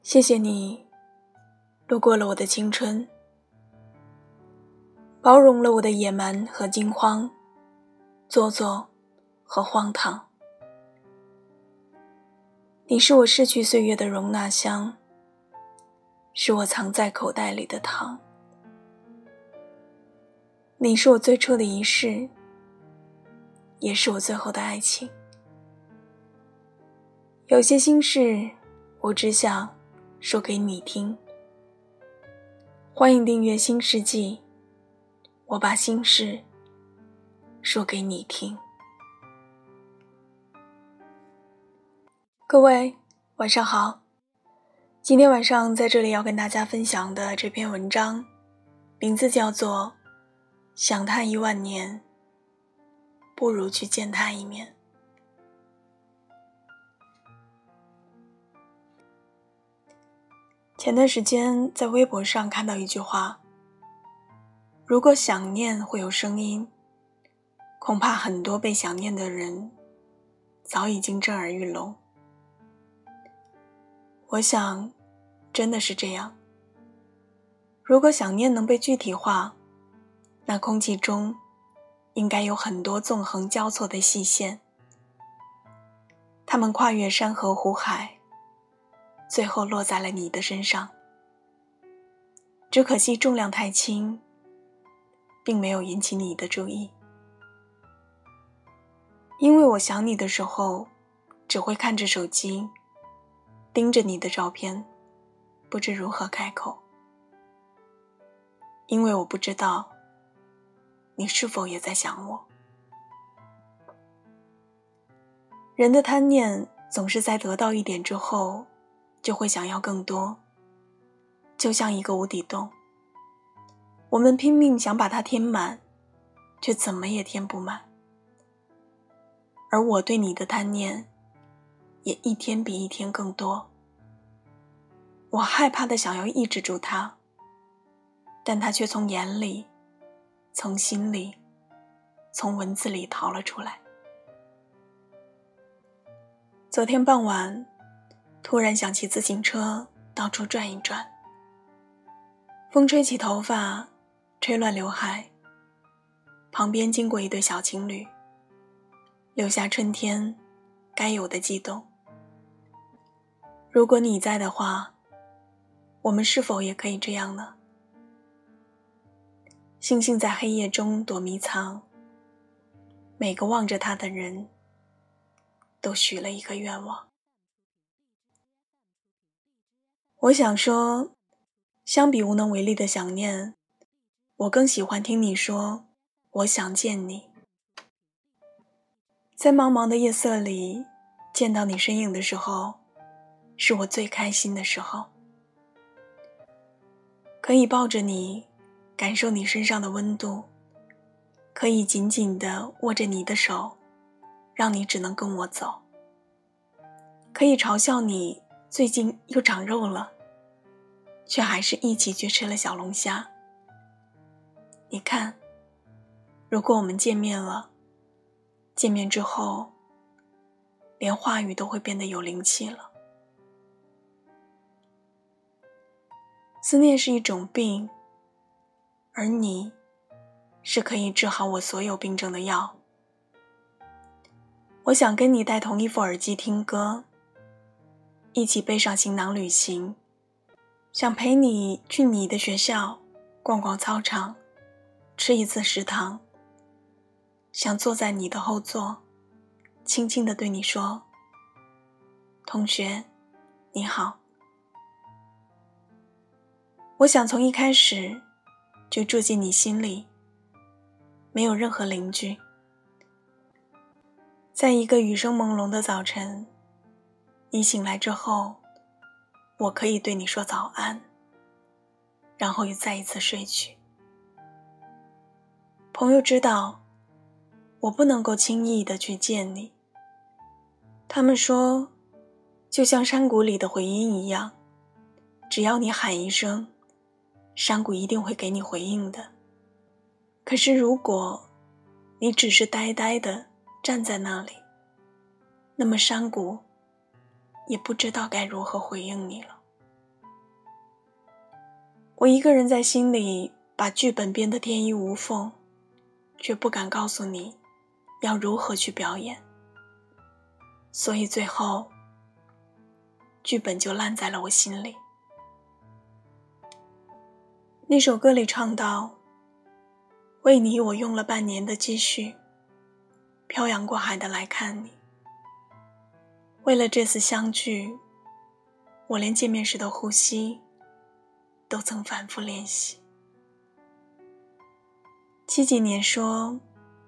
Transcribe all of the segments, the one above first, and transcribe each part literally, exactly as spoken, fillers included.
谢谢你路过了我的青春，包容了我的野蛮和惊慌，做作和荒唐。你是我逝去岁月的容纳箱，是我藏在口袋里的糖。你是我最初的仪式，也是我最后的爱情。有些心事我只想说给你听。欢迎订阅新世纪，我把心事说给你听。各位晚上好，今天晚上在这里要跟大家分享的这篇文章名字叫做想他一万年，不如去见他一面。前段时间在微博上看到一句话，如果想念会有声音，恐怕很多被想念的人早已经震耳欲聋。我想真的是这样，如果想念能被具体化，那空气中应该有很多纵横交错的细线，它们跨越山河湖海，最后落在了你的身上。只可惜重量太轻，并没有引起你的注意。因为我想你的时候，只会看着手机，盯着你的照片，不知如何开口。因为我不知道你是否也在想我。人的贪念总是在得到一点之后就会想要更多，就像一个无底洞，我们拼命想把它填满，却怎么也填不满。而我对你的贪念也一天比一天更多，我害怕的想要抑制住它，但它却从眼里，从心里，从文字里逃了出来。昨天傍晚突然想骑自行车到处转一转，风吹起头发，吹乱刘海，旁边经过一对小情侣，留下春天该有的悸动。如果你在的话，我们是否也可以这样呢？星星在黑夜中躲迷藏，每个望着它的人都许了一个愿望。我想说，相比无能为力的想念，我更喜欢听你说我想见你。在茫茫的夜色里见到你身影的时候，是我最开心的时候。可以抱着你，感受你身上的温度，可以紧紧地握着你的手，让你只能跟我走。可以嘲笑你最近又长肉了，却还是一起去吃了小龙虾。你看，如果我们见面了，见面之后，连话语都会变得有灵气了。思念是一种病，而你是可以治好我所有病症的药。我想跟你戴同一副耳机听歌，一起背上行囊旅行，想陪你去你的学校，逛逛操场，吃一次食堂，想坐在你的后座，轻轻地对你说，同学，你好。我想从一开始就住进你心里，没有任何邻居。在一个雨声朦胧的早晨，你醒来之后，我可以对你说早安，然后又再一次睡去。朋友知道我不能够轻易地去见你，他们说就像山谷里的回音一样，只要你喊一声，山谷一定会给你回应的。可是如果你只是呆呆地站在那里，那么山谷也不知道该如何回应你了。 我一个人在心里把剧本编得天衣无缝，却不敢告诉你要如何去表演，所以最后剧本就烂在了我心里。那首歌里唱到，为你我用了半年的积蓄，漂洋过海的来看你。为了这次相聚，我连见面时的呼吸都曾反复练习。七几年说，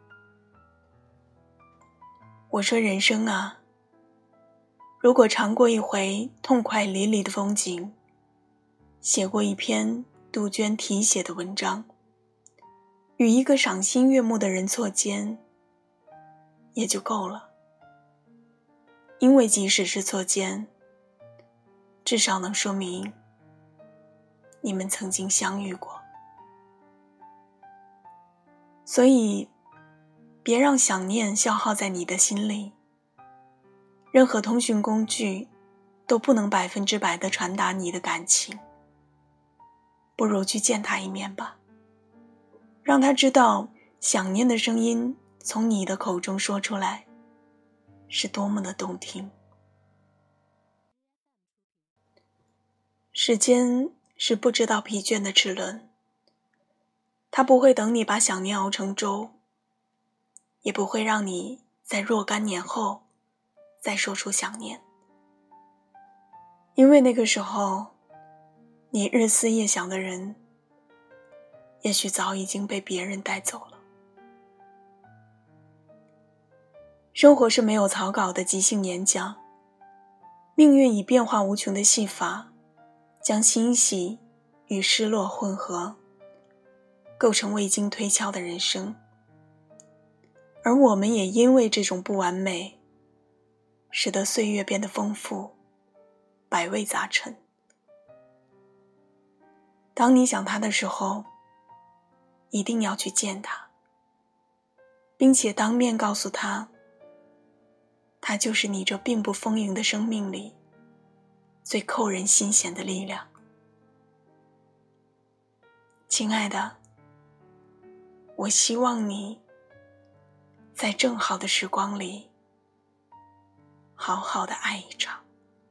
我说人生啊，如果尝过一回痛快淋漓的风景，写过一篇杜鹃题写的文章，与一个赏心悦目的人错肩，也就够了。因为即使是错肩，至少能说明你们曾经相遇过。所以别让想念消耗在你的心里，任何通讯工具都不能百分之百地传达你的感情，不如去见他一面吧，让他知道想念的声音从你的口中说出来是多么的动听。时间是不知道疲倦的齿轮，它不会等你把想念熬成粥，也不会让你在若干年后再说出想念，因为那个时候你日思夜想的人也许早已经被别人带走了。生活是没有草稿的即兴演讲，命运以变化无穷的戏法将欣喜与失落混合，构成未经推敲的人生。而我们也因为这种不完美，使得岁月变得丰富，百味杂陈。当你想他的时候，一定要去见他，并且当面告诉他，他就是你这并不丰盈的生命里最扣人心弦的力量。亲爱的，我希望你在正好的时光里好好的爱一场。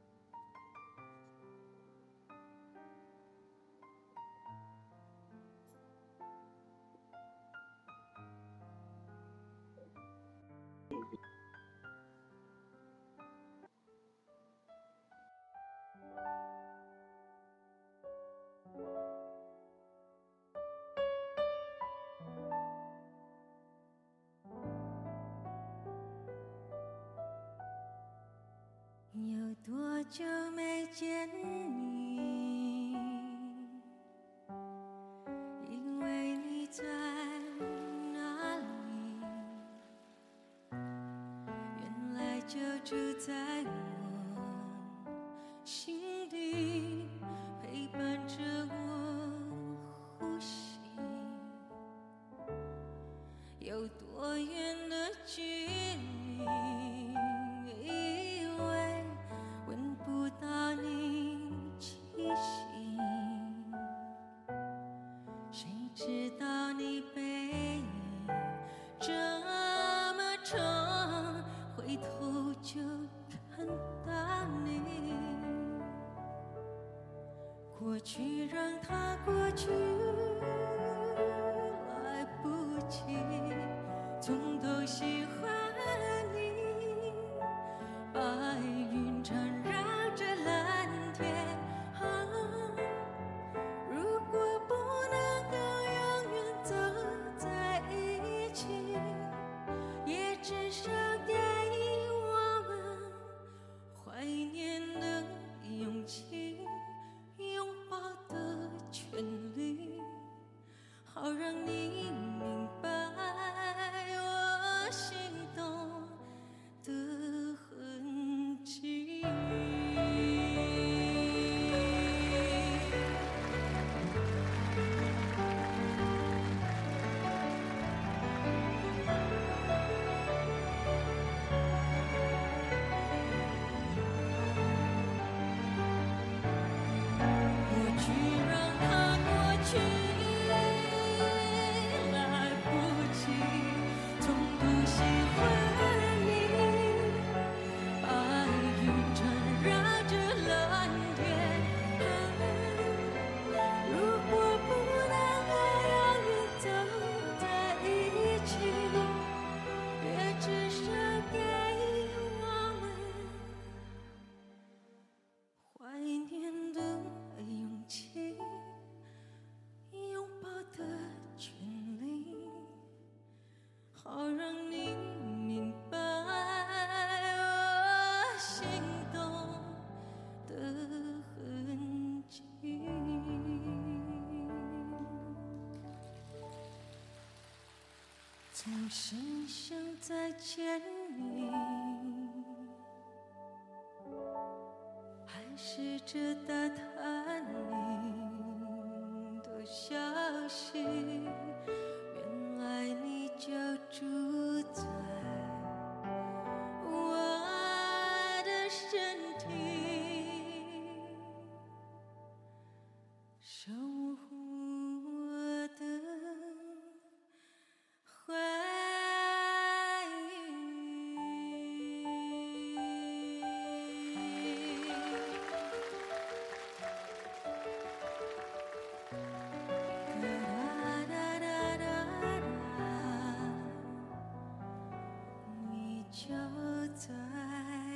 有多久没见你，因为你在哪里，原来就住在我心里，陪伴着我呼吸。有多远的距离，知道你背影这么长，回头就看到你。过去让它过去，来不及从头喜欢你。白云缠绕着蓝天，啊，如果不能够永远走在一起，也至少给我们怀念的勇气，拥抱的权利，好让你明白我心动喜欢你，白云缠绕着蓝天。如果不能永远走在一起，也至少给我们怀念的勇气，拥抱的权利，好让你明白我心动的痕迹。总是想再见你，还试着打探你的消息，原来你就住在我的身体，守护我的回忆。你就在